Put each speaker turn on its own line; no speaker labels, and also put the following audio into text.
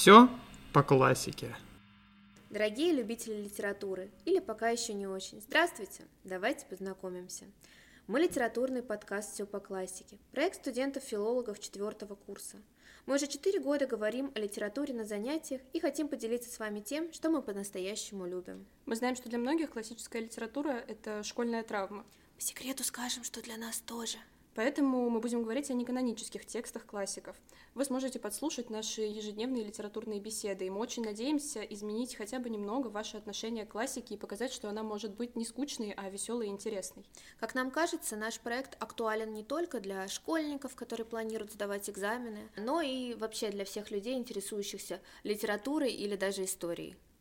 Все по классике.
Дорогие любители литературы, или пока еще не очень, здравствуйте, давайте познакомимся. Мы литературный подкаст «Все по классике», проект студентов-филологов 4-го курса. Мы уже 4 года говорим о литературе на занятиях и хотим поделиться с вами тем, что мы по-настоящему любим.
Мы знаем, что для многих классическая литература — это школьная травма.
По секрету скажем, что для нас тоже.
Поэтому мы будем говорить о неканонических текстах классиков. Вы сможете подслушать наши ежедневные литературные беседы, и мы очень надеемся изменить хотя бы немного ваше отношение к классике и показать, что она может быть не скучной, а веселой и интересной.
Как нам кажется, наш проект актуален не только для школьников, которые планируют сдавать экзамены, но и вообще для всех людей, интересующихся литературой или даже историей.